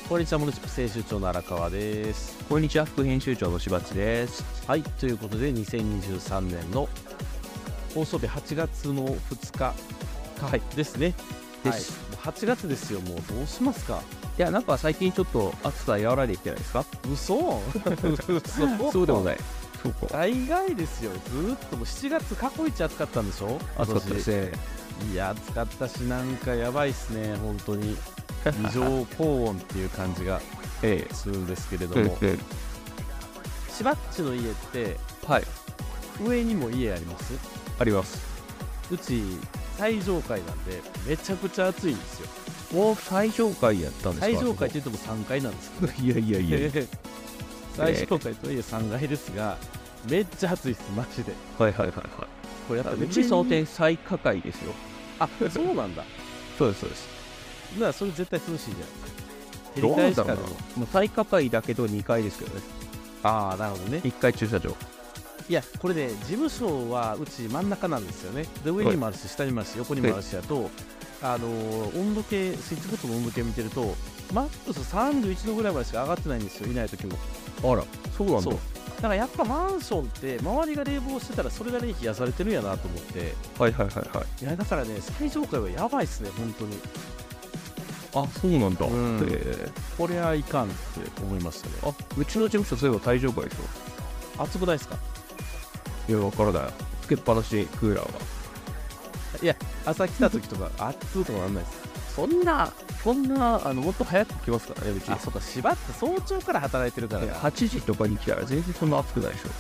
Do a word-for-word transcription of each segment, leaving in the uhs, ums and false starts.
こんにちは、モノチップ編集長の荒川です。 こんにちは、副編集長のしばっちです。 はい、ということでにせんにじゅうさんねんの放送日はちがつのふつか、はい、ですね。です、はい、もうはちがつですよ。もうどうしますか。 いや、なんか最近ちょっと暑さ和らいでいってないですか。 嘘嘘そうでもない。そうか、 大概ですよ。ずっともうしちがつ過去一暑かったんでしょ。 暑かったですね。 いや、暑かったし、なんかやばいっすね、本当に異常高温っていう感じがするんですけれども、ええ、しばっちの家って、はい、上にも家あります？ あります。 うち最上階なんでめちゃくちゃ暑いんですよ。 お、最上階やったんですか。 最上階って言ってもさんかいなんですけどいやいやいや最上階とはいえさんがいですが、めっちゃ暑いです、マジで。 はいはいはいはい。 これやっぱうち想定最下階ですよ。 あ、そうなんだそうですそうです。 だからそれ絶対涼しいじゃないですか。 照り返しからのもう最下階だけどにかいですけどね。 ああ、なるほどね。 いっかい駐車場。 いや、これね、事務所はうち真ん中なんですよね。で、上にもあるし、下にもあるし、横にもあるしだと、あのー、温度計、スイッチボットの温度計見てると、マックスさんじゅういちどぐらいまでしか上がってないんですよ、いない時も。 あら、そうなんだ。そうだからやっぱマンションって周りが冷房してたらそれがね冷やされてるんやなと思って。 はいはいはいはい。 いや、だからね、最上階はやばいっすね、本当に。 あ、そうなんだ。うん、 えー、これはいかんって思いましたね。 あ、うちの事務所そういえば最上階ですよ。 暑くないですか。 いや、わからない。つけっぱなしクーラーが。 いや、朝来た時とか暑とかなんないです。 そんなそんなあのもっと早く来ますからね、うち。 あ、そうか、しばって早朝から働いてるからね。 はちじとかに来たら全然そんな暑くないでし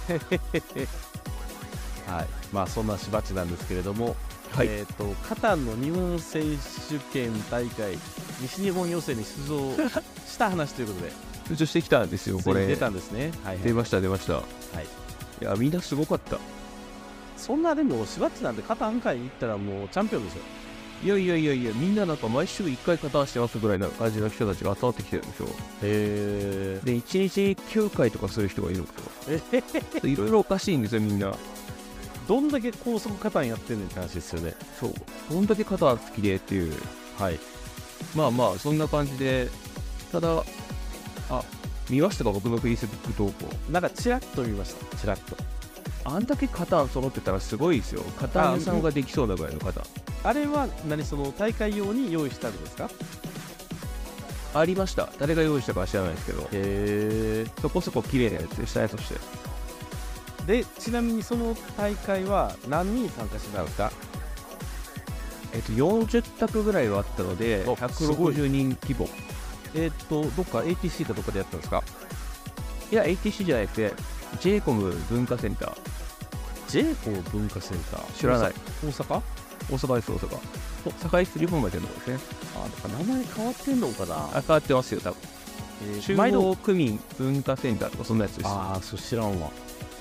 ょはい、まあそんなしばっちなんですけれども、はい、えっ、ー、とカタンの日本選手権大会西日本予選に出場した話ということで出場してきたんですよ。これ出たんですね。はい、はい、 出ました出ました。はい、いや、みんなすごかった。 そんなでもしばっちなんてカタン会に行ったらもうチャンピオンですよ。 いやいやいやいや、みんななんか毎週いっかい加担してますぐらいな感じの人たちが集まってきてるんですよ。 へー。 で、いちにちきゅうかいとかする人がいるんですよ。いろいろおかしいんですよ、みんな。 どんだけ高速加担やってんねんって話ですよね。 そう。どんだけ加担好きでっていう。はい。まあまあ、そんな感じで、ただ、あ、見ましたか、僕の Facebook 投稿。 なんかチラッと見ました、チラッと。 あんだけカタン揃ってたらすごいですよ。カタン屋さんができそうなぐらいのカタン。 あれは何、その大会用に用意したんですか。 ありました。誰が用意したかは知らないですけど、 へー、 そこそこ綺麗なやつでしたね。そしてで、ちなみにその大会は何人参加してたんですか。 えっとよんじゅう択ぐらいはあったのでひゃくろくじゅうにん規模。 えっとどっか エーティーシー かどっかでやったんですか。 いや エーティーシー じゃなくて ジェイコム 文化センター。 ジェイコム 文化センター、 知らない。 大阪大阪です。大阪堺市リボンまでのですね。 あ、だから名前変わってんのかな。 あ、変わってますよ多分。えー、中央区民文化センターとかそんなやつです。 ああ、そう、知らんわ。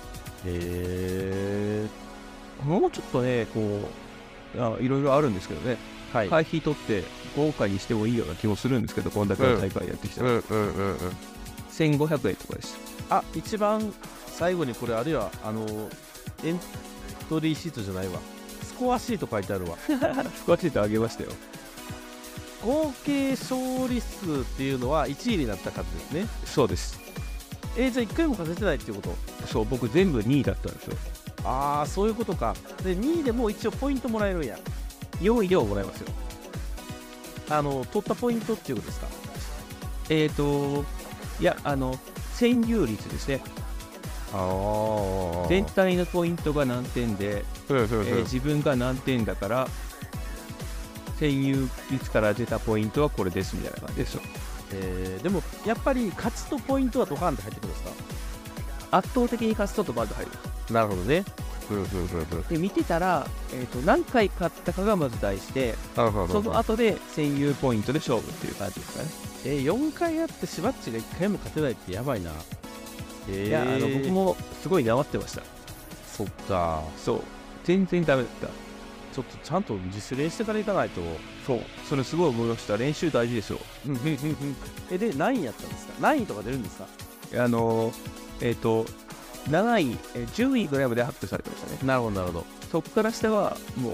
へえ。もうちょっとね、こうあいろいろあるんですけどね、はい、会費取って豪華にしてもいいような気もするんですけど、こんだけの大会やってきたら、うんうんうんうん、せんごひゃくえんとかです。 あ、一番最後にこれあるいはあのエントリーシートじゃないわ、スコアシート書いてあるわスコアシートあげましたよ。 合計勝利数っていうのはいちいになった数ですね。 そうです。 えー、じゃあいっかいも勝ててないっていうこと。 そう、僕全部にいだったんですよ。 ああ、そういうことか。でにいでも一応ポイントもらえるんや。 よんいではもらえますよ。 あの取ったポイントっていうことですか。 えっ、ー、といや、あの占有率ですね。あ、全体のポイントが何点で、えー、自分が何点だから占有率から出たポイントはこれですみたいな感じですよ。 えー、でもやっぱり勝ちとポイントはドカンって入ってくるんですか。 圧倒的に勝つとドバンと入る。 なるほどね。 で見てたら、えー、と何回勝ったかがまず大事で、その後で占有ポイントで勝負っていう感じですかね。 えー、よんかいやってしばっちがいっかいも勝てないってやばいな。 えー、いや、あの僕もすごい縄ってました。 そっか。 そう、全然ダメだった。 ちょっとちゃんと自主練してからいかないと。 そう、それすごい思いました。練習大事ですよ。 えで何位やったんですか。何位とか出るんですか。 あのえっ、ー、となない、じゅういぐらいまで発表されてましたね。 なるほどなるほど。 そこから下はも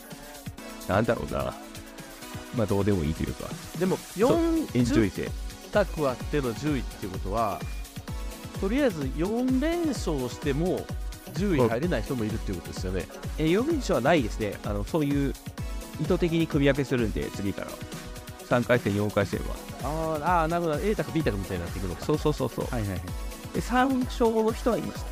うなんだろうな、まあどうでもいいというか。 でもよんエンジョイで択あってのじゅういっていうことは、とりあえずよん連勝してもじゅうい入れない人もいるっていうことですよね。 えよん連勝はないですね。あのそういう意図的に組み分けするんで、次からさんかい戦よんかい戦はああなるほど、 A 択 B 択みたいになってくるのか。 そうそうそうそう、 はいはいはい。 でさん勝の人はいました。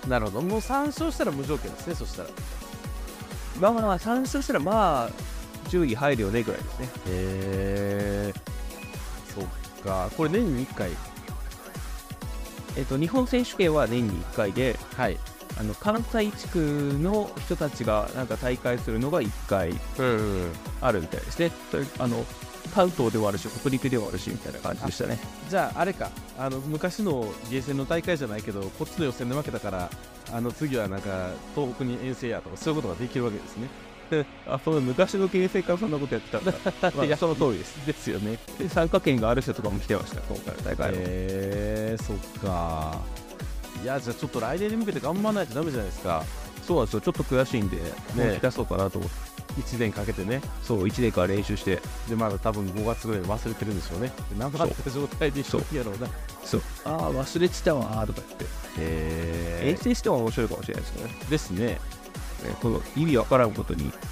なるほど、もうさん勝したら無条件ですね。そしたらまあまあさん勝したらまあじゅうい入るよねぐらいですね。 へえ、そっか。これ年にいっかい、 えっと日本選手権は年にいっかいで、 はい、 あの関西地区の人たちがなんか大会するのがいっかいあるみたいですね。あの関東ではあるし北陸ではあるしみたいな感じでしたね。 じゃああれか、あの昔のゲーセンの大会じゃないけど、こっちの予選で負けたからあの次はなんか東北に遠征やとか、そういうことができるわけですね。 あ、その昔のゲーセンからそんなことやってたんだ。まあ、いやその通りですですよね。 で参加権がある人とかも来てました、今回の大会は。 へえー、そっか。いや、じゃあちょっと来年に向けて頑張らないとダメじゃないですか。 そうなんですよ、ちょっと悔しいんで、ね、もう引き出そうかなと思って。 いちねんかけてね。 そういちねんから練習して、 でまだ多分ごがつぐらいで忘れてるんでしょうね。で何かあった状態で一緒にやろうな。 そうああ忘れてたわーとか言って、 へえ、 遠征しても面白いかもしれないですね。 ですね。ね、 この意味わからんことに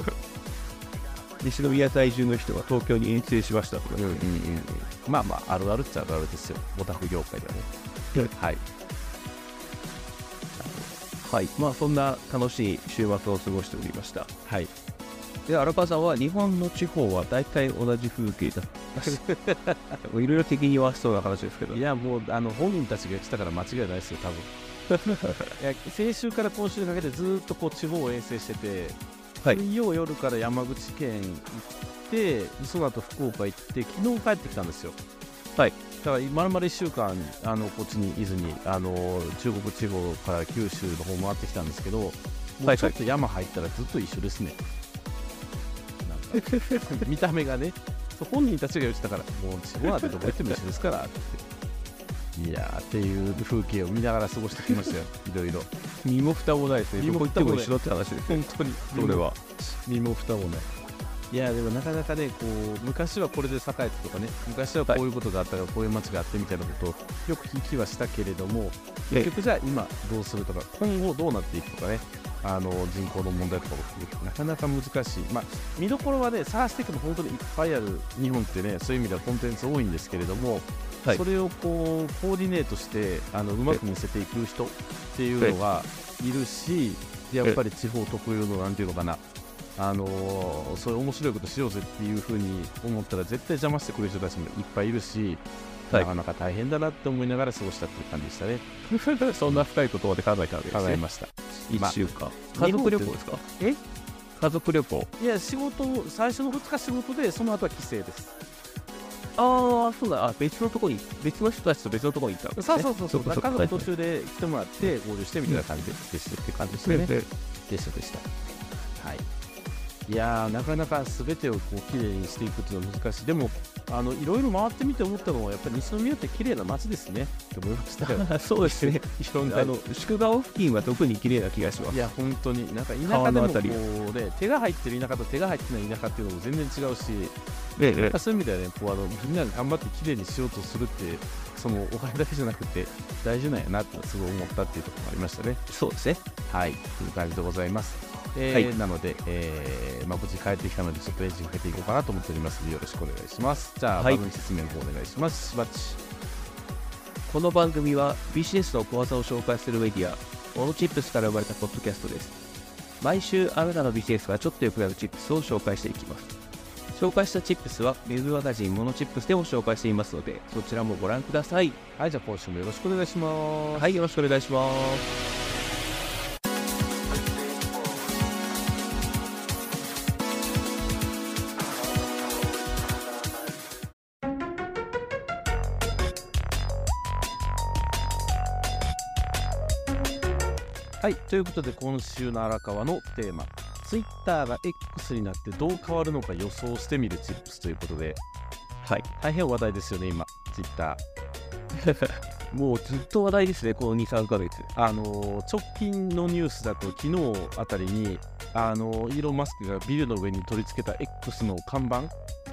西宮在住の人が東京に遠征しましたとか、うんうんうん、 まあまああるあるっちゃあるあるですよ、オタク業界ではね。はいはい、まあそんな楽しい週末を過ごしておりました。 はい。 で荒川さんは日本の地方は大体同じ風景だったいろいろ敵に回しそうな話ですけど、 いやもうあの本人たちが言ってたから間違いないですよ多分いや先週から今週にかけてずっとこう地方を遠征してて、はい、水曜夜から山口県行って、その後福岡行って、昨日帰ってきたんですよ。はい。だから丸々いっしゅうかんあのこっちにいずに、あの中国地方から九州の方回ってきたんですけど、もうちょっと山入ったらずっと一緒ですね。なんか見た目がね、そう本人たちが言ってたから、もう地方なんてどこ行っても一緒ですからって言って、いやーっていう風景を見ながら過ごしてきましたよ。いろいろ身も蓋もないですね。どこ行っても一緒だって話です。 本当にそれは身も蓋もない。いやでもなかなかね、こう昔はこれで栄えてとかね、昔はこういうことがあったからこういう街があってみたいなことをよく聞きはしたけれども、結局じゃあ今どうするとか、今後どうなっていくとかね、あの人口の問題とかも含めてなかなか難しい。まあ見どころはね、探していくの本当にいっぱいある日本ってね、そういう意味ではコンテンツ多いんですけれども、はい、それをこうコーディネートしてあのうまく見せていく人っていうのがいるし、やっぱり地方特有のなんていうのかな、あのー、そういう面白いことしようぜっていう風に思ったら絶対邪魔してくれる人たちもいっぱいいるし、はい、なかなか大変だなって思いながら過ごしたっていう感じでしたね。 そんな深いことまで考えたわけですね。 考えました。 いっしゅうかん、まあ、家族旅行ですか？ え家族旅行？ いや仕事、最初のふつか仕事で、その後は帰省です。 ああそうだ、あ別のところに、別の人たちと別のところに行ったわけですね。 そうそうそうそう、家族途中で来てもらって合流してみたいな感じでしてって感じでしたね。でしたでした。はい。いやーなかなか全てをこう綺麗にしていくっていうのは難しい。でもあのいろいろ回ってみて思ったのは、やっぱり西宮って綺麗な街ですねって思いましたよ。 そうですね。 いろんなあの宿川付近は特に綺麗な気がします。 いや本当になんか田舎でもこう、ね、手が入ってる田舎と手が入ってない田舎っていうのも全然違うし、ええ、そういう意味ではね、こうあのみんなで頑張って綺麗にしようとするって、そのお金だけじゃなくて大事なんやなってすごい思ったっていうところもありましたね。 そうですね。 はい、という感じでございます。えーはい、なので、えーまあ、無事帰ってきたのでちょっとエンジンかけていこうかなと思っておりますのでよろしくお願いします。じゃあ、はい、番組説明の方お願いします。しばっち。 この番組はビジネスの小技を紹介するメディアモノチップスから生まれたポッドキャストです。毎週あなたのビジネスがちょっと良くなるチップスを紹介していきます。紹介したチップスはウェブマガジンモノチップスでも紹介していますので、そちらもご覧ください。 はい、じゃあ今週もよろしくお願いします。 はい、よろしくお願いします。 はい、ということで今週の荒川のテーマ、ツイッターが X になってどう変わるのか予想してみるチップスということで、はい、大変話題ですよね今ツイッターもうずっと話題ですね、この にさんかげつ。 あのー、直近のニュースだと昨日あたりに、あのー、イーロン・マスクがビルの上に取り付けた X の看板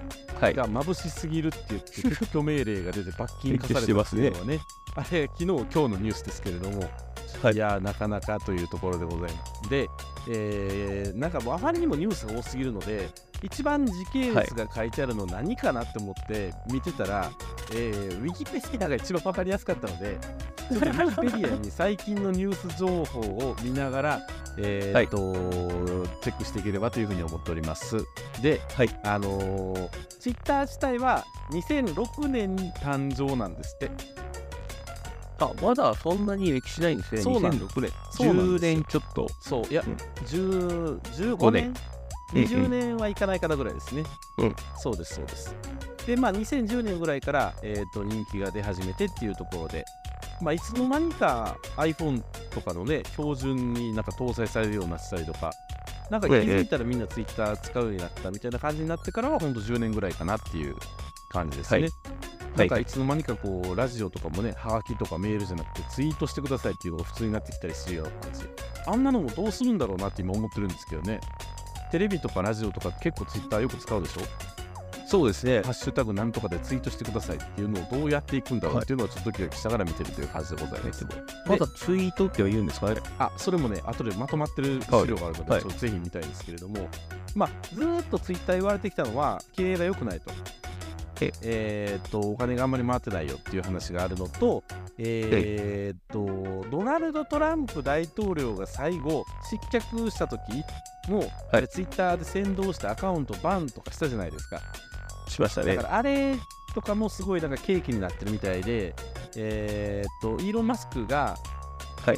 が眩しすぎるって言って撤去命令が出て罰金課されたっていうのはね、あれ昨日今日のニュースですけれども、はい、いやなかなかというところでございます。で、えー、なんかもうあまりにもニュースが多すぎるので、一番時系列が書いてあるの何かなって思って見てたら、はい、えー、ウィキペディアが一番分かりやすかったので、ちょっとウィキペディアに最近のニュース情報を見ながら、えーっと、はい、チェックしていければというふうに思っております。で、はい、あのー、ツイッター自体はにせんろくねんに誕生なんですって。 あ、まだそんなに歴史ないんですね。 そうなんにせんろくねん。じゅうねんちょっと。 そう、いや、うん、じゅう、じゅうごねん、にじゅうねんはいかないかなぐらいですね。うん、そうです、そうです。で、まあ、にせんじゅうねんぐらいから、えーっと、人気が出始めてっていうところで、まあ、いつの間にか iPhone とかのね、標準になんか搭載されるようになってたりとか、なんか気づいたらみんな Twitter 使うようになったみたいな感じになってからは、ほんとじゅうねんぐらいかなっていう感じですね。はい、なんかいつの間にかこう、ラジオとかもね、はがきとかメールじゃなくて、ツイートしてくださいっていうのが普通になってきたりするような感じ。あんなのもどうするんだろうなって今思ってるんですけどね。テレビとかラジオとか結構 Twitter よく使うでしょ。 そうですね。 ハッシュタグなんとかでツイートしてくださいっていうのをどうやっていくんだろうっていうのをちょっとドキドキしながら見てるという感じでございます。 まだツイートっては言うんですかね。 あ、それもね、後でまとまってる資料があるので、はい、ちょっとぜひ見たいんですけれども、まあ、ずーっとツイッター言われてきたのは、経営が良くないと。ええー、っと、お金があんまり回ってないよっていう話があるのと、えー、っと、ドナルド・トランプ大統領が最後、失脚した時も、はい、ツイッターで先導したアカウントバンとかしたじゃないですか。 しましたね。 だからあれとかもすごいなんか契機になってるみたいで、えー、っとイーロン・マスクが、はい、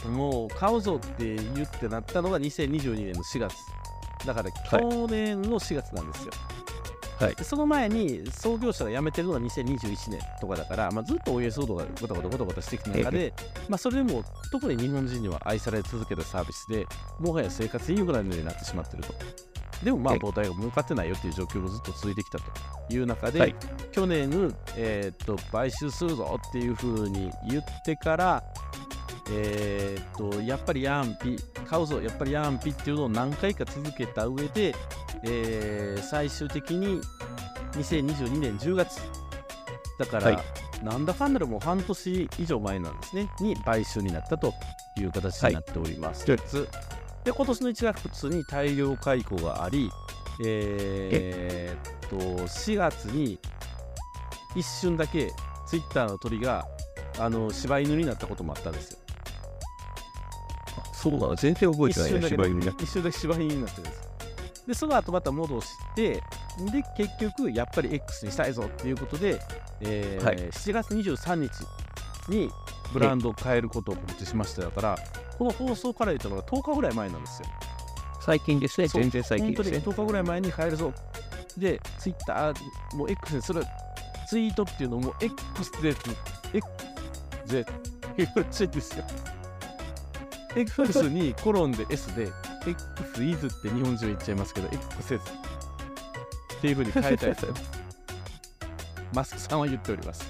もう買うぞって言ってなったのがにせんにじゅうにねんのしがつだから去年のしがつなんですよ。はい、でその前に創業者が辞めてるのがにせんにじゅういちねんとかだから、まあ、ずっと オーエス がゴタゴタゴタゴタしてきた中で、まあ、それでも特に日本人には愛され続けたサービスで、もはや生活インフラのようになってしまってると。でもまあ母体が儲かってないよっていう状況がずっと続いてきたという中で、はい、去年、えー、っと買収するぞっていう風に言ってから、えー、っとやっぱり安否買うぞやっぱり安否っていうのを何回か続けた上で、えー、最終的ににせんにじゅうにねんじゅうがつだから、はい、なんだかんだでも半年以上前なんですねに買収になったという形になっております。はい、で今年のいちがつに大量解雇があり、えー、っとしがつに一瞬だけツイッターの鳥があの柴犬になったこともあったんですよ。 あ、そうなの、全然覚えてないね。柴犬にな一瞬だけ柴犬になってるんです。でその後また戻してで結局やっぱり X にしたいぞっていうことで、えーはい、しちがつにじゅうさんにちにブランドを変えることを告知しましただから、この放送から言ったのがとおかぐらい前なんですよ。 最近ですね。全然最近ですね。 本当にとおかぐらい前に変えるぞ。で、ツイッターも X にする。ツイートっていうのも X で、X で、X ですよ。X にコロンで S で、X イズって日本人言っちゃいますけど、X っていう風に変えたやつ。マスクさんは言っております。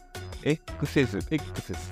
X エス X エス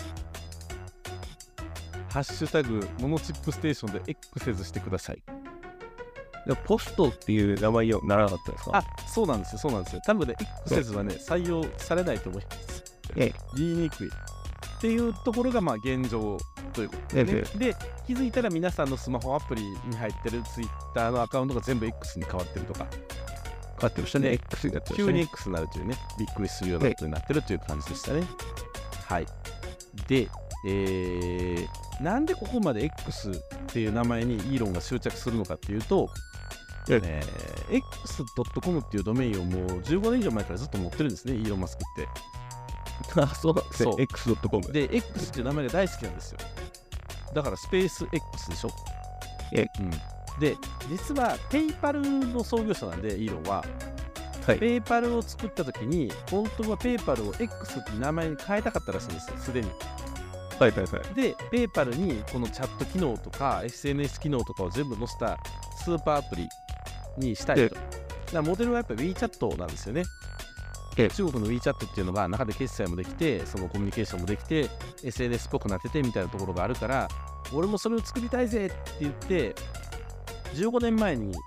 ハッシュタグモノチップステーションで X エスしてください。 ポストっていう名前にならなかったですか？ あ、そうなんですよ、そうなんですよ。多分ね、X エスはね、採用されないと思います。ええ、言いにくい。っていうところがまあ現状ということですね。ええ、で、気づいたら皆さんのスマホアプリに入ってる Twitter のアカウントが全部 X に変わってるとか。 変わってましたね。X になってましたね。 急に X になるというね、びっくりするようなことになってるという感じでしたね。はい。で、えー、なんでここまで X っていう名前にイーロンが執着するのかっていうと、えー、エックスドットコム っていうドメインをもうじゅうごねん以上前からずっと持ってるんですね、イーロン・マスクって。 あ、そうなんですね。エックスドットコム。 で、X っていう名前が大好きなんですよ。だからスペース X でしょ。え、うん。で、実はペイパルの創業者なんで、イーロンは。はい、ペイパルを作った時に、本当はペイパルを X っていう名前に変えたかったらしいんですよ、すでに。 はいはいはい。 で、ペイパルにこのチャット機能とか エスエヌエス 機能とかを全部載せたスーパーアプリにしたいと。だからモデルはやっぱり WeChat なんですよね。中国の WeChat っていうのが中で決済もできて、そのコミュニケーションもできて、エスエヌエス っぽくなっててみたいなところがあるから、俺もそれを作りたいぜって言って、じゅうごねんまえに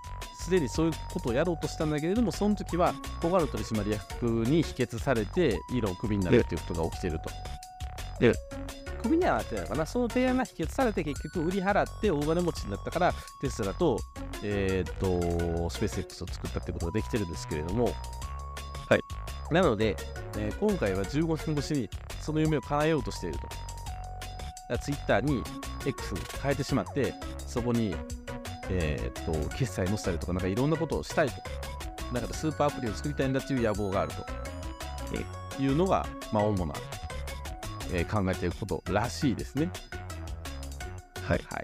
すでにそういうことをやろうとしたんだけれども、その時は他の取締役に否決されてイーロンクビになるっていうことが起きてると。でクビにはなってないのかな。その提案が否決されて結局売り払って大金持ちになったからテスラと、えー、っとスペース X を作ったってことができてるんですけれども、はい、なので、えー、今回はじゅうごねん越しにその夢を叶えようとしていると。ツイッターに X に変えてしまって、そこに、えー、っと決済載せたりとか、なんかいろんなことをしたいと。だからスーパーアプリを作りたいんだという野望があると、えー、いうのが、まあ、主なえー、考えていることらしいですね。はいはい。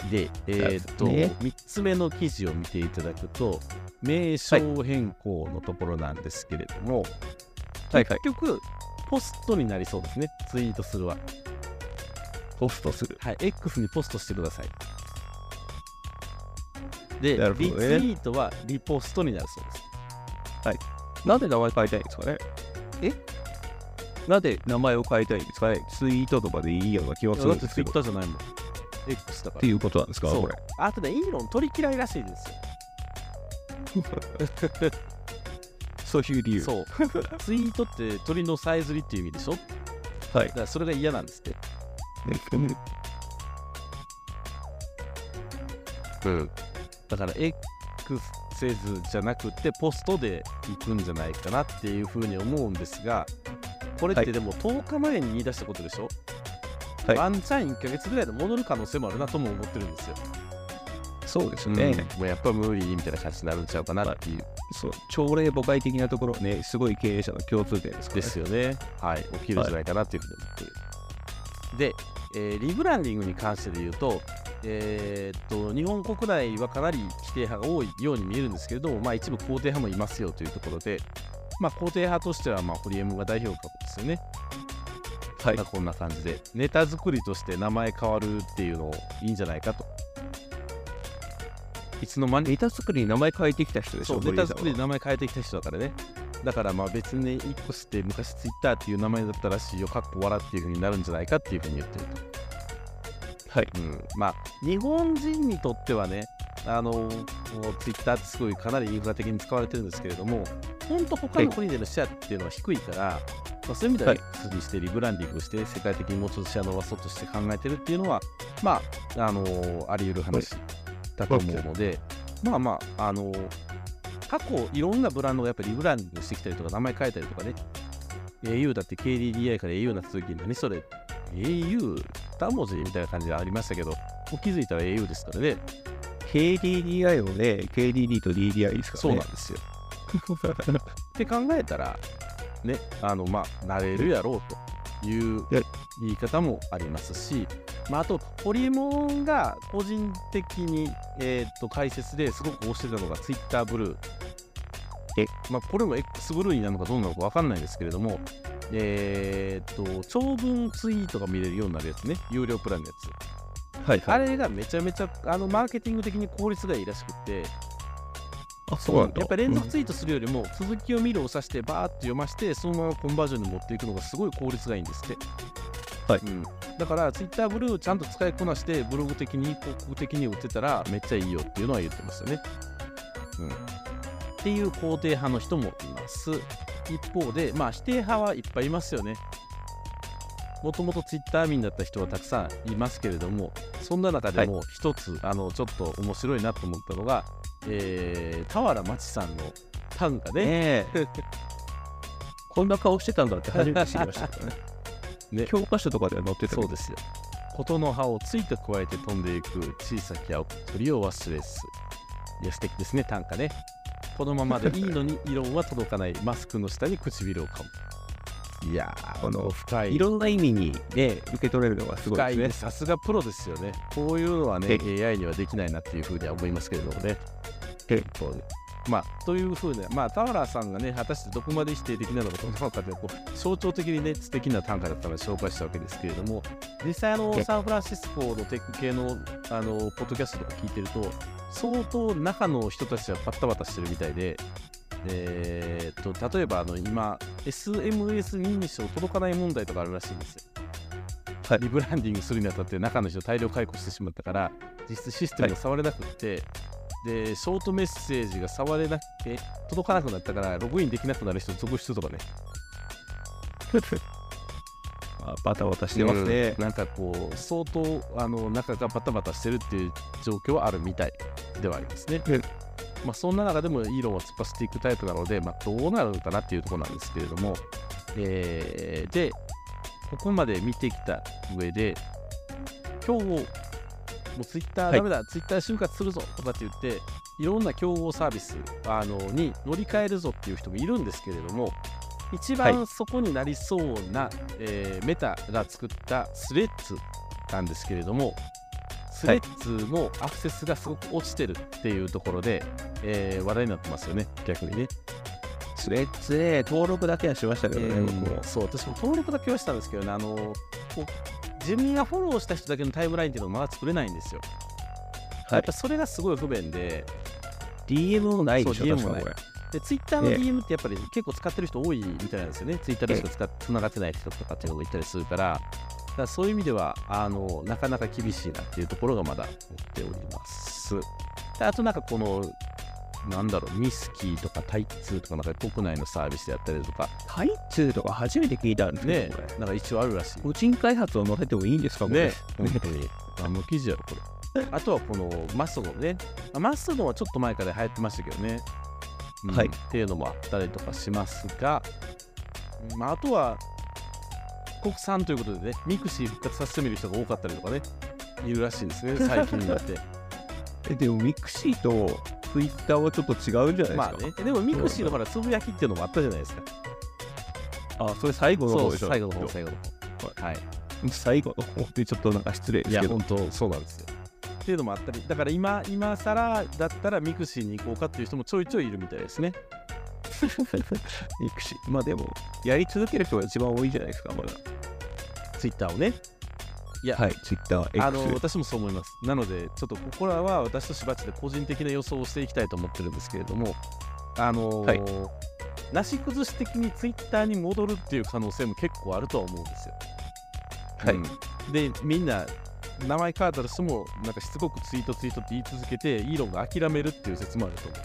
で、えー、っと、ね、みっつめの記事を見ていただくと、名称変更のところなんですけれども、はい、結局、ポストになりそうですね、ツイートするは。ポストする。はい、X にポストしてください。で、ね、リツイートはリポストになるそうです。はい。 なんで名前変えたいんですかね。えなんで名前を変えたいんですかね。ツイートとかでいいような気がするんですけど。 だってツイッターじゃないもん。X だから。 っていうことなんですか、これ。 あとね、イーロン取り嫌いらしいですよ。 そういう理由。 そう。ツイートって鳥のさえずりっていう意味でしょ。はい。だからそれが嫌なんですって。うん。だから X せずじゃなくてポストで行くんじゃないかなっていうふうに思うんですが、これってでもとおかまえに言い出したことでしょ。はい、ワンチャンいっかげつぐらいで戻る可能性もあるなとも思ってるんですよ。 そうですね、 うん、もうやっぱ無理みたいな感じになるんちゃうかなっていう、まあ、 そう朝令暮改的なところね、すごい経営者の共通点ですからね。 ですよね。はい、起きるんじゃないかなっていうふうに思ってる、はい、で、えー、リブランディングに関してで言うと、えー、っと日本国内はかなり否定派が多いように見えるんですけれども、まあ、一部肯定派もいますよというところで、まあ、肯定派としては、まあ、ホリエモンが代表格ですよね。はい、こんな感じでネタ作りとして名前変わるっていうのいいんじゃないかと。いつの間にネタ作りに名前変えてきた人でしょ。 そう、ネタ作りに名前変えてきた人だからね。だからまあ別に X って昔ツイッターっていう名前だったらしいよ、かっこ笑っていう風になるんじゃないかっていう風に言ってると。はい、うん、まあ日本人にとってはね、あのツイッターってすごいかなりインフラ的に使われてるんですけれども、本当他の国でのシェアっていうのは低いから、はい、まあ、そういう意味では X にしてリブランディングして世界的にもうちょっとシェア伸ばそうとして考えてるっていうのは、まああのー、あり得る話だと思うので、まあまああのー、過去いろんなブランドがやっぱりリブランディングしてきたりとか名前変えたりとかね、 エーユー だって ケーディーディーアイ から エーユー になった時に何それ エーユー に文字みたいな感じがありましたけど、もう気づいたら エーユー ですからね。 ケーディーディーアイ をね ケーディーディー と ディーディーアイ ですからね。 そうなんですよって考えたらね、あのまあなれるやろうという言い方もありますし、まあ、あとホリエモンが個人的に、えー、っと解説ですごく推してたのが Twitter ブルー、え、まあ、これも X ブルーになるのかどうなのか分かんないですけれども、えー、っと長文ツイートが見れるようになるやつね、有料プランのやつ、はいはい、あれがめちゃめちゃあのマーケティング的に効率がいいらしくて、 あ、そうなんだ。 やっぱり連続ツイートするよりも続きを見るを指してバーッと読ませてそのままコンバージョンに持っていくのがすごい効率がいいんですって。はい、うん、だから Twitter ブルーをちゃんと使いこなしてブログ的に広告的に売ってたらめっちゃいいよっていうのは言ってましたね、うん、っていう肯定派の人もいます。一方でまあ否定派はいっぱいいますよね。もともと Twitter 民だった人はたくさんいますけれども、そんな中でも一つ、はい、あのちょっと面白いなと思ったのが、えー、俵万智さんの短歌ね。 こんな顔してたんだって初めて知りましたからね。ね、教科書とかでは載ってた。 そうですよ。琴の葉をついて加えて飛んでいく小さき青鳥を忘れず。いや素敵ですね、短歌ね。このままでいいのに異論は届かないマスクの下に唇を噛む。いやー、この深いいろんな意味にね受け取れるのがすごいですね。 さすがプロですよね。こういうのはね エーアイ にはできないなっていうふうには思いますけれどもね。結構ね。まあというふうな、まあ俵さんがね果たしてどこまで否定的なのかどうなのかでこう象徴的にね素敵な短歌だったので紹介したわけですけれども、実際あのサンフランシスコのテック系のあのポッドキャストとか聞いてると相当中の人たちはバタバタしてるみたいで。えー、っと例えばあの今 エスエムエス 認証届かない問題とかあるらしいんですよ。はい、リブランディングするにあたって中の人大量解雇してしまったから実質システムが触れなくって、はい、 でショートメッセージが触れなくて届かなくなったからログインできなくなる人続出とかねあバタバタしてますね、 うん、なんかこう相当あの中がバタバタしてるっていう状況はあるみたいではありますね、うんまあ、そんな中でもイーロンは突っ走っていくタイプなので、まあ、どうなるのかなっていうところなんですけれども、えー、でここまで見てきた上で今日もうツイッターダメだ、はい、ツイッター就活するぞとかって言っていろんな競合サービスあのに乗り換えるぞっていう人もいるんですけれども一番そこになりそうな、はいえー、メタが作ったスレッズなんですけれどもスレッズのアクセスがすごく落ちてるっていうところで、えー、話題になってますよね逆にねスレッズで登録だけはしましたけどね、えー、 僕もそう私も登録だけはしたんですけどねあのこう自分がフォローした人だけのタイムラインっていうのをまだ作れないんですよ、はい、やっぱそれがすごい不便でディーエム もないでしょ。 ディーエム もないで Twitter の ディーエム ってやっぱり結構使ってる人多いみたいなんですよね Twitter でしか使っ繋がってない人とかっていうのがいたりするからだからそういう意味ではあのなかなか厳しいなっていうところがまだ持っておりますであとなんかこのなんだろうミスキーとかタイツーとかなんか国内のサービスでやったりとかタイツーとか初めて聞いたんですねなんか一応あるらしい個人開発を載せてもいいんですかこれね本当にあの記事やろこれあとはこのマストドンねマストドンはちょっと前から流行ってましたけどね、うん、はいっていうのもあったりとかしますが、まあ、あとは国産ということでねミクシー復活させてみる人が多かったりとかねいるらしいですね最近になってえでもミクシーとツイッターはちょっと違うんじゃないですか。 まあね、でもミクシーのほらつぶやきっていうのもあったじゃないですか。 あ、それ最後の方でしょ。 最後の方、最後の方。はい。 最後の方ってちょっとなんか失礼ですけど。 いや、本当そうなんですよ。っていうのもあったり、だから今、今更だったらミクシーに行こうかっていう人もちょいちょいいるみたいですね。 ミクシー。まあでも、やり続ける人が一番多いじゃないですか、まだ。 ツイッターをね。いや、 はい、ツイッター、X。 あの、私もそう思います。なので、ちょっとここらは私としばっちで個人的な予想をしていきたいと思ってるんですけれども、あのーはい、なし崩し的にツイッターに戻るっていう可能性も結構あるとは思うんですよ。はい。うん、で、みんな、名前変わったとしても、なんかしつこくツイートツイートって言い続けて、イーロンが諦めるっていう説もあると思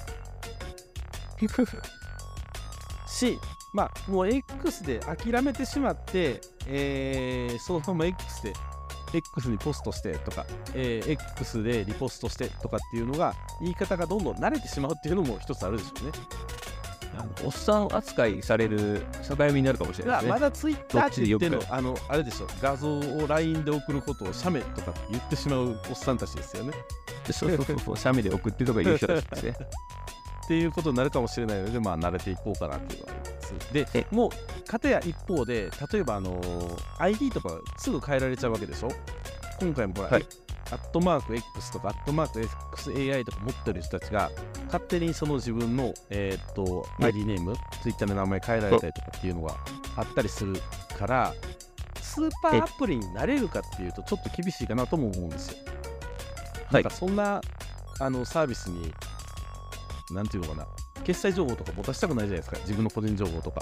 う。し、まあ、もう X で諦めてしまって、えー、そのまま X で、X にポストしてとか、えー、X でリポストしてとかっていうのが言い方がどんどん慣れてしまうっていうのも一つあるでしょうね。 あのおっさん扱いされる境目になるかもしれないですね。 まだツイッターって言ってのあのあれでしょ、画像を ライン で送ることを写メとかって言ってしまうおっさんたちですよね。 そうそうそうそう写メで送ってとか言う人たちですね。 っていうことになるかもしれないので、まあ慣れていこうかなっていうのがあります。で、もうかたや一方で、例えばあのー、アイディー とかすぐ変えられちゃうわけでしょ。今回もほら、はい、アットマーク X とかアットマーク エックスエーアイ とか持ってる人たちが勝手にその自分の、えー、っと アイディー ネーム、ツイッターの名前変えられたりとかっていうのがあったりするから、スーパーアプリになれるかっていうとちょっと厳しいかなとも思うんですよ。なんかそんなあのサービスになんていうのかな、決済情報とか持たせたくないじゃないですか、自分の個人情報とか。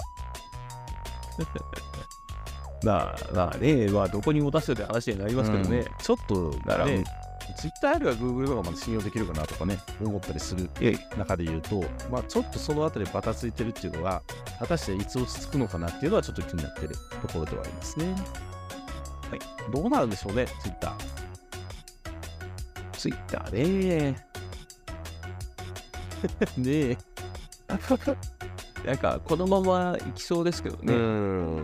まあまあね、まあどこに持たせるって話になりますけどね、うん、 ちょっとね、ツイッターよりは Google とかまで信用できるかなとかね、思ったりする中で言うと、まあちょっとそのあたりバタついてるっていうのが、果たしていつ落ち着くのかなっていうのはちょっと気になってるところではありますね。はい。どうなるんでしょうね、ツイッター。 ツイッターねねえ。 なんかこのままいきそうですけどね。うん。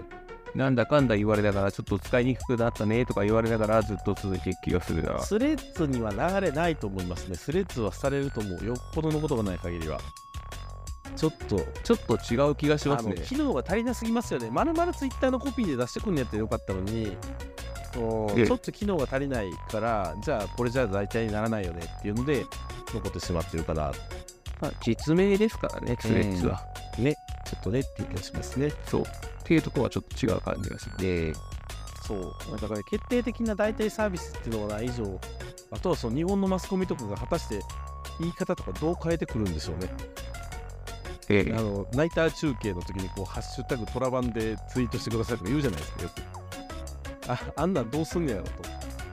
なんだかんだ言われながらちょっと使いにくくなったねとか言われながらずっと続いていく気がするな。 スレッズには流れないと思いますね。スレッズはされると思う。よっぽどのことがない限りは。ちょっと、 ちょっと違う気がしますね。 機能が足りなすぎますよね。まるまるツイッターのコピーで出してくんのやってよかったのに、ちょっと機能が足りないから、じゃあこれじゃあ大体にならないよねっていうので残ってしまってるから。 まあ、実名ですからね、スレッズは。 ね、ちょっとねっていう気がしますね。 そう。っていうところはちょっと違う感じがする。で、 そう。だから決定的な代替サービスっていうのがない以上、あとはその日本のマスコミとかが果たして言い方とかどう変えてくるんでしょうね。ええ、あのナイター中継の時にこうハッシュタグトラバンでツイートしてくださいとか言うじゃないですか、よく。あ、あんなんどうすんやろと。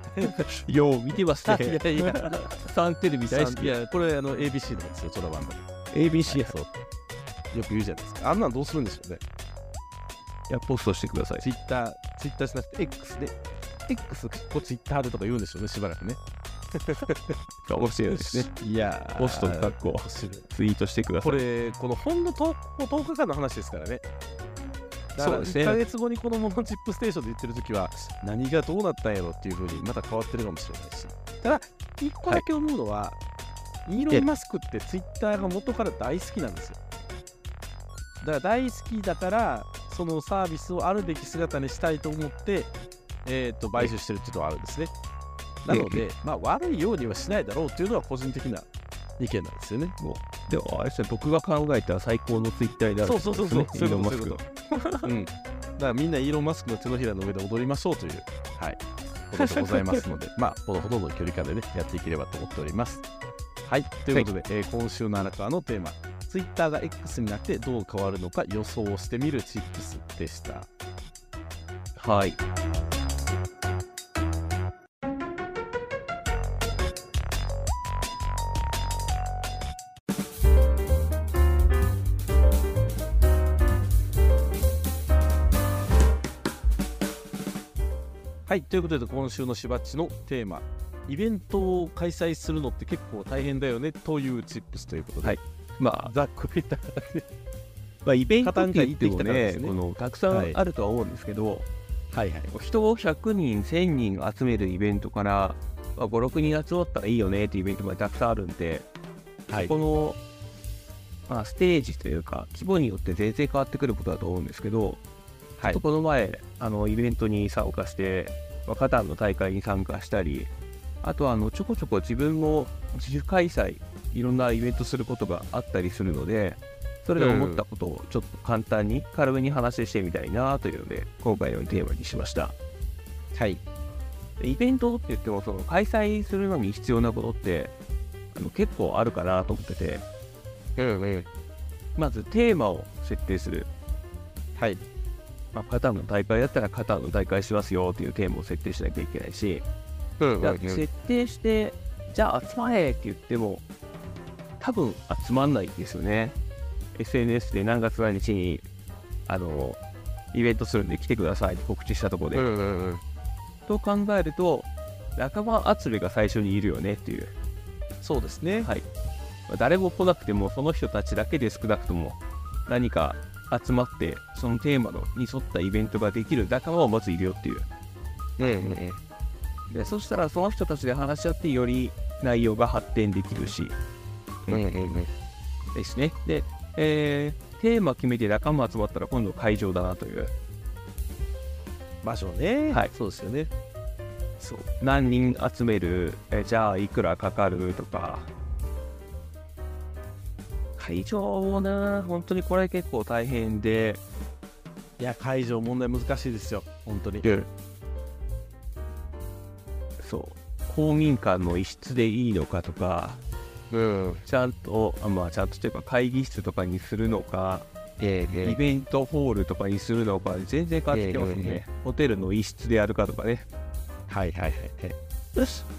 よう見てますね。 いやいやサンテレビ大好き。 いやこれあの エービーシー なんですよ、チョラバンドエービーシー や、 そうよく言うじゃないですか。あんなんどうするんでしょうね。 いやポストしてください。 ツイッターツイッターしなくて X で X こツイッターでとか言うんでしょうね、しばらくね。 面白いですね。 いやポストかっこツイートしてください。 これこのほんのととおかかんの話ですからね。だからいっかげつごにこのモノチップステーションで言ってるときは何がどうなったんやろっていうふうにまた変わってるかもしれないし、ただいっこだけ思うのは、はい、イーロン・マスクってツイッターが元から大好きなんですよ。だから大好きだからそのサービスをあるべき姿にしたいと思って、えー、と買収してるっていうのはあるんですね。なので、まあ、悪いようにはしないだろうっていうのは個人的な意見なんですよね。もうでもあれですね、僕が考えた最高のツイッターになる、 そうそうそうそう、イーロン・マスク。うん、だからみんなイーロン・マスクの手のひらの上で踊りましょうという、はい、ことでございますので、まあ、ほどほどの距離感でね、やっていければと思っております。はい、ということで、はい、えー、今週の荒川のテーマ、ツイッターが X になってどう変わるのか予想をしてみるチップスでした。 はい。 はい、ということで今週のしばっちのテーマ、イベントを開催するのって結構大変だよねというチップスということで、はい、まあざっくり言ったらね、 まあイベントって言ってもね、このたくさんあるとは思うんですけど、はいはい、人をひゃくにんせんにん集めるイベントから、まあ、ごろくにん集まったらいいよねっていうイベントがたくさんあるんで、はい、この、まあ、ステージというか規模によって全然変わってくることだと思うんですけど、はい、この前あのイベントに参加して、まあ、カタンの大会に参加したり、あとはあのちょこちょこ自分も自主開催いろんなイベントすることがあったりするので、それで思ったことをちょっと簡単に軽めに話してみたいなというので今回のテーマにしました。はい。イベントって言ってもその開催するのに必要なことってあの結構あるかなと思ってて、うんうん、まずテーマを設定する。はい。まあ、カタンの大会だったらカタンの大会しますよっていうテーマを設定しなきゃいけないし、うんうんうん、設定してじゃあ集まれって言っても多分集まんないんですよね。 エスエヌエス で何月何日にあのイベントするんで来てくださいって告知したところで、うんうんうん、と考えると仲間集めが最初にいるよねっていう。そうですね、はい、誰も来なくてもその人たちだけで少なくとも何か集まってそのテーマのに沿ったイベントができる仲間をまずいるよっていう、うんうん、でそしたらその人たちで話し合ってより内容が発展できるし、うんうんうん、ですね。で、えー、テーマ決めて仲間集まったら今度会場だなという場所ね。はい、そうですよね。そう、何人集める、えじゃあいくらかかるとか、会場もな、本当にこれ結構大変で、いや会場問題難しいですよ本当に。そう公民館の一室でいいのかとか、うん、ちゃんとあまあちゃんとというか会議室とかにするのか、えー、イベントホールとかにするのか全然変わってきますね、えー、ホテルの一室でやるかとかね。はいはいはいはい。よし。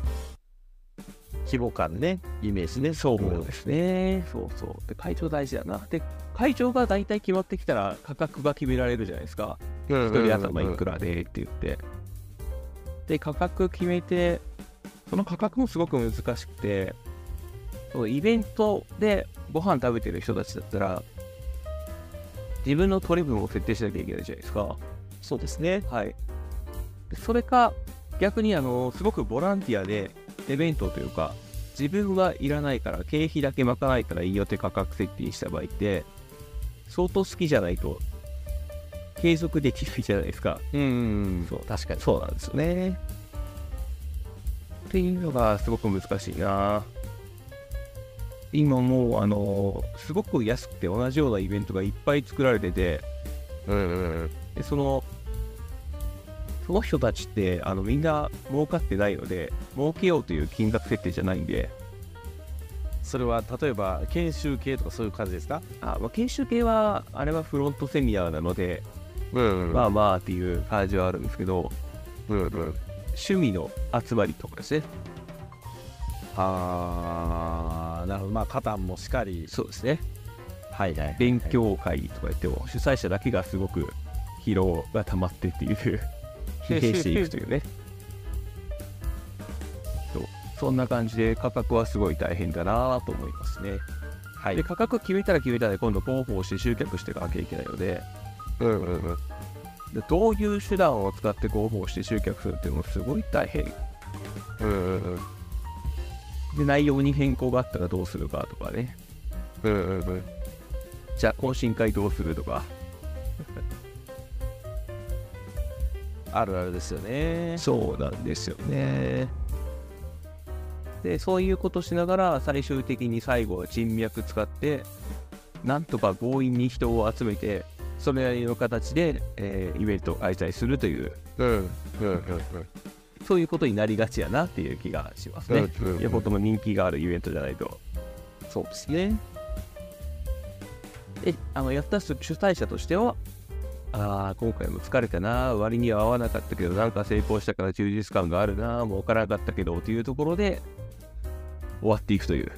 規模感ね、イメージね。そうですね。そうそう。で、会場大事だな。で、会場が大体決まってきたら価格が決められるじゃないですか。一人頭いくらでって言って。で、価格決めて、その価格もすごく難しくて、そうイベントでご飯食べてる人たちだったら、自分の取り分を設定しなきゃいけないじゃないですか。そうですね。はい。それか、逆にあの、すごくボランティアで、イベントというか自分はいらないから経費だけ賄えたらいいよって価格設定した場合って相当好きじゃないと継続できないじゃないですか。うん、そう確かにそうなんですよね。っていうのがすごく難しいな。今もうあのすごく安くて同じようなイベントがいっぱい作られてて、うんうんうん、でそのその人たちってあのみんな儲かってないので儲けようという金額設定じゃないんで。それは例えば研修系とかそういう感じですか？あ、まあ、研修系はあれはフロントセミナーなので、うんうん、まあまあっていう感じはあるんですけど、うんうん、 趣味の集まりとかですね。 あー、なるほど。まあカタンもしかり。 そうですね。 はいはい、はい、 勉強会とか言っても主催者だけがすごく疲労が溜まってっていう疲弊していくというねそうそんな感じで価格はすごい大変だなと思いますね。はい、で価格決めたら決めたら今度広報して集客していかなきゃいけないので、うんうんうん、でどういう手段を使って広報して集客するっていうのもすごい大変、うんうんうん、で内容に変更があったらどうするかとかね、うんうんうん、じゃあ懇親会どうするとかあるあるですよね。 そうなんですよね。でそういうことしながら最終的に最後は人脈使ってなんとか強引に人を集めてそれなりの形で、えー、イベントを開催するという、うんうんうんうん、そういうことになりがちやなっていう気がしますね。うんうんうん、よほどの人気があるイベントじゃないと。そうですね。であのやった主催者としてはあ今回も疲れたな割には合わなかったけどなんか成功したから充実感があるなもう分からなかったけどというところで終わっていくという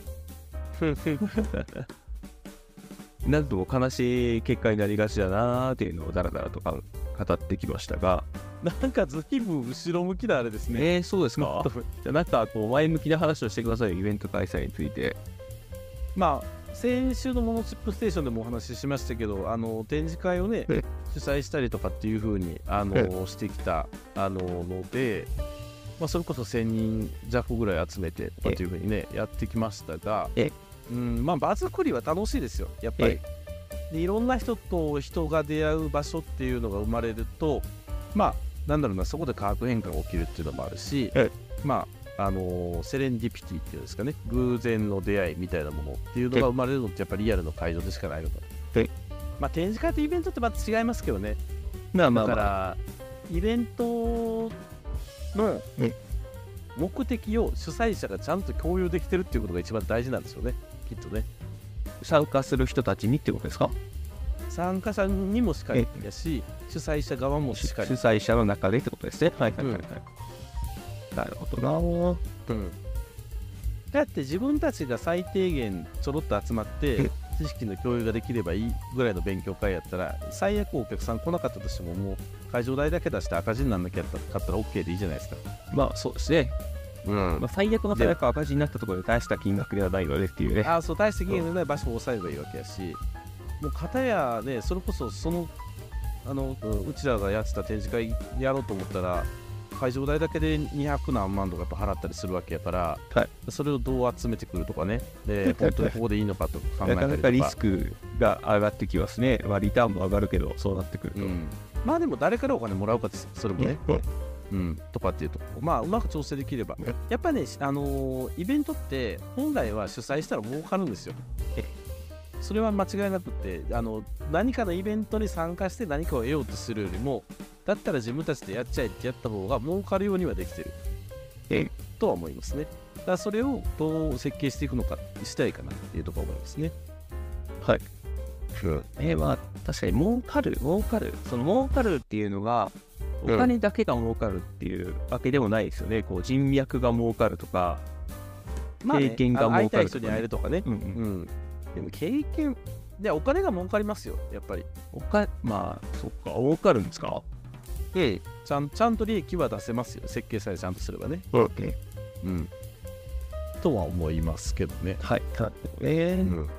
なんとも悲しい結果になりがちだなっていうのをだらだらと語ってきましたがなんか随分後ろ向きなあれですね。 えー、そうですかじゃあなんかこう前向きな話をしてくださいよイベント開催について。 まあ先週のモノチップステーションでもお話ししましたけどあの展示会をね主催したりとかっていう風にあのしてきたあのので、まあ、それこそせんにん弱ぐらい集めてとかっていう風にねやってきましたが、うんまあ場作りは楽しいですよやっぱり。でいろんな人と人が出会う場所っていうのが生まれるとまあなんだろうなそこで化学変化が起きるっていうのもあるし、まああのー、セレンディピティっていうんですかね偶然の出会いみたいなものっていうのが生まれるのってやっぱりリアルの会場でしかないのかな。まあ展示会とイベントってまた違いますけどね。まあまあまあ、だからイベントの目的を主催者がちゃんと共有できてるっていうことが一番大事なんですよねきっとね。 参加する人たちにってことですか。 参加者にもしかりだし主催者側もしかり主催者の中でってことですね。はいはいはい、はいうん、なるほどな、うん、 だって自分たちが最低限ちょろっと集まって知識の共有ができればいいぐらいの勉強会やったら最悪お客さん来なかったとしてももう会場代だけ出して赤字にならなきゃったら OK でいいじゃないですか。 まあそうですね、うんまあ、最悪の最悪赤字になったところで大した金額ではないのでっていうね。 ああそう大した金額でない場所を抑えればいいわけやしもう片やねそれこそそのあのうちらがやってた展示会やろうと思ったら会場代だけでにひゃくなんまんとかやっぱ払ったりするわけやから、はい、それをどう集めてくるとかねで本当にここでいいのかと考えたりとかなかなかリスクが上がってきますね、まあ、リターンも上がるけどそうなってくると、うん、 まあでも誰からお金もらうかそれもね、うん、とかっていうとまあうまく調整できればやっぱね、あのー、イベントって本来は主催したら儲かるんですよ。それは間違いなくてあの何かのイベントに参加して何かを得ようとするよりもだったら自分たちでやっちゃえってやった方が儲かるようにはできてるえとは思いますね。だからそれをどう設計していくのかしたいかなっていうところ思いますね。 はい、うん、えー、まあ確かに儲かる儲かるその儲かるっていうのがお金だけが儲かるっていうわけでもないですよね、うん、こう人脈が儲かるとか、まあね、経験が儲かるとか、ね、会いたい人に会えるとかね、うんうんうんでも経験でお金が儲かりますよやっぱり。 おかまあそっか儲かるんですか。 ええちゃんちゃんと利益は出せますよ設計さえちゃんとすればね。 うん、 うん、とは思いますけどね。 はいえー、うん、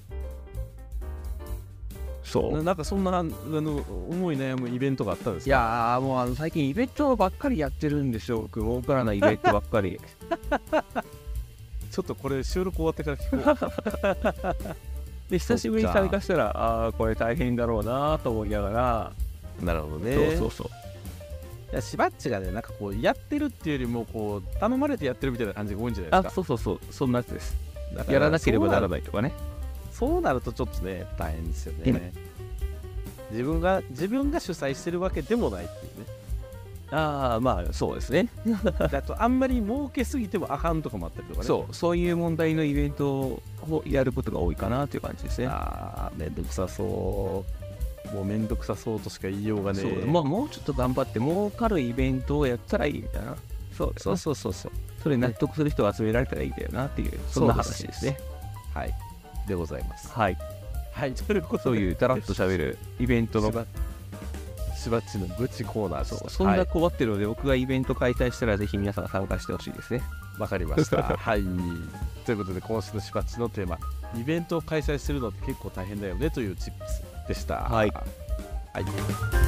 そうな, なんかそんなあの思い悩むイベントがあったんですか。 いやーもうあの最近イベントばっかりやってるんですよ僕。儲からないイベントばっかりちょっとこれ収録終わってから聞こうで久しぶりに参加したらああこれ大変だろうなと思いながら。 なるほどね。 そうそうそう。 いやしばっちがねなんかこうやってるっていうよりもこう頼まれてやってるみたいな感じが多いんじゃないですか。 あそうそうそうそんなやつです。やらなければならないとかね。 そうなるとちょっとね大変ですよね。自分が自分が主催してるわけでもないっていうね。 ああまあそうですねだとあんまり儲けすぎてもあかんとかもあったりとかね。 そうそういう問題のイベントをやることが多いかなという感じですね。 ああめんどくさそうもうめんどくさそうとしか言いようがねえ。 そう、まあ、もうちょっと頑張って儲かるイベントをやったらいいみたいな。 そうそうそうそうそう。それ納得する人を集められたらいいんだよなっていう、そんな話ですね。 はい。でございます。 はい。 はい。ということで、 そういうだらっと喋るイベントのしばっちの愚痴コーナーそうそんな困ってるので、はい、僕がイベント開催したらぜひ皆さん参加してほしいですね。 わかりましたはいということで今週のしばっちのテーマ、イベントを開催するのって結構大変だよねというチップスでした。 はい、 はい、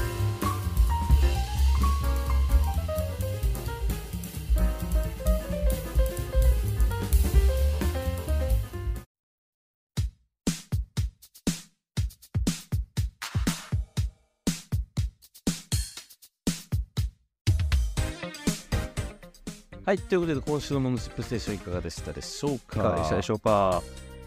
はい、ということで今週のモノチップステーションいかがでしたでしょうか。 いかがでしたでしょうか。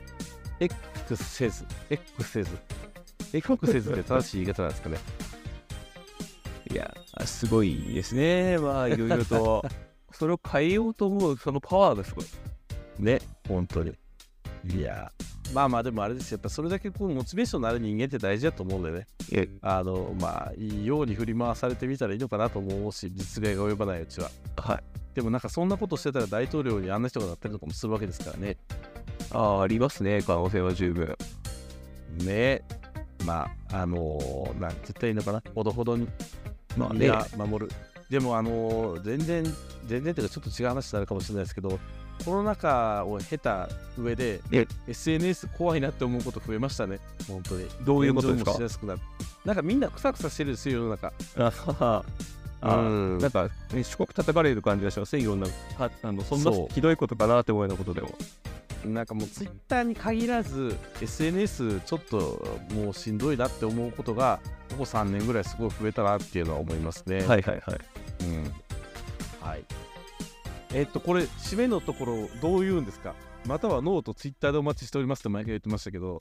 X せず X せず X せずって正しい言い方なんですかね。 いやすごいですね。まあいろいろとそれを変えようと思うそのパワーがすごいね、本当に。いやまあまあでもあれですよ、やっぱそれだけこうモチベーションのある人間って大事だと思うんでね、あのまあいいように振り回されてみたらいいのかなと思うし、実害が及ばないうちは。 はい。 でもなんかそんなことしてたら大統領にあんな人がなったりとかもするわけですからね。 ああ、ありますね、可能性は十分。 ね、まああのー、なんて言ったらいいのかな、ほどほどに、まあね、守る。でもあのー、全然全然というかちょっと違う話になるかもしれないですけど、コロナ禍を経た上で エスエヌエス 怖いなって思うこと増えましたね、本当に。 どういうことですか。 しやすくなる。なんかみんなクサクサしてるんですよ、世の中。 ああ、うん、なんか、ね、四国叩かれる感じがしますね、いろんな、ああのそんなひどいことかなって思うようなことでも。 なんかもうツイッターに限らず エスエヌエス ちょっともうしんどいなって思うことがここさんねんぐらいすごい増えたなっていうのは思いますね。 はいはいはい。 うん。はい。えー、っとこれ締めのところどう言うんですか。またはノートツイッターでお待ちしておりますって毎回言ってましたけど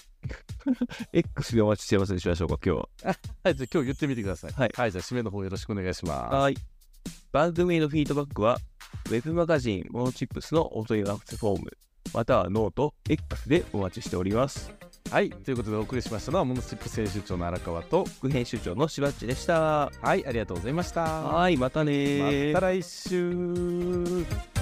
X でお待ちしてますでしょうか今日は。 はい、じゃあ今日言ってみてください。 はい、 はい、じゃあ締めの方よろしくお願いします。 はい。番組へのフィードバックはウェブマガジンモノチップスのお問い合わせフォームまたはノート X でお待ちしております。 はい、ということでお送りしましたのはモノチップス編集長の荒川と副編集長のしばっちでした。 はい、ありがとうございました。 はい、またねまた来週。